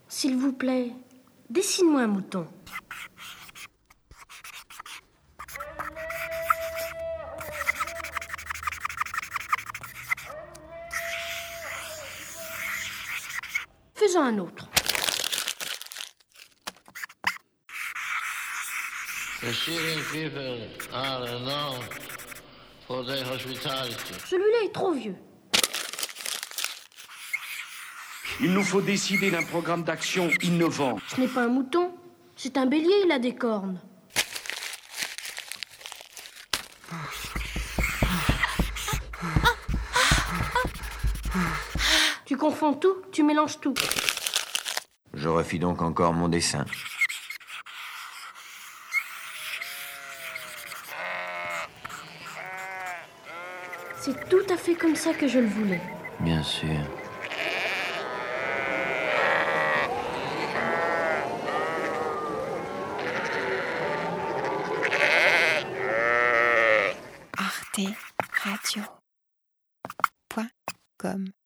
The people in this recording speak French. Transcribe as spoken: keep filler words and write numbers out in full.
S'il vous plaît, dessine-moi un mouton. Faisons un autre. The shooting people are known for their hospitality. Celui-là est trop vieux. Il nous faut décider d'un programme d'action innovant. Ce n'est pas un mouton, c'est un bélier, il a des cornes. Tu confonds tout, tu mélanges tout. Je refis donc encore mon dessin. C'est tout à fait comme ça que je le voulais. Bien sûr. arte radio point com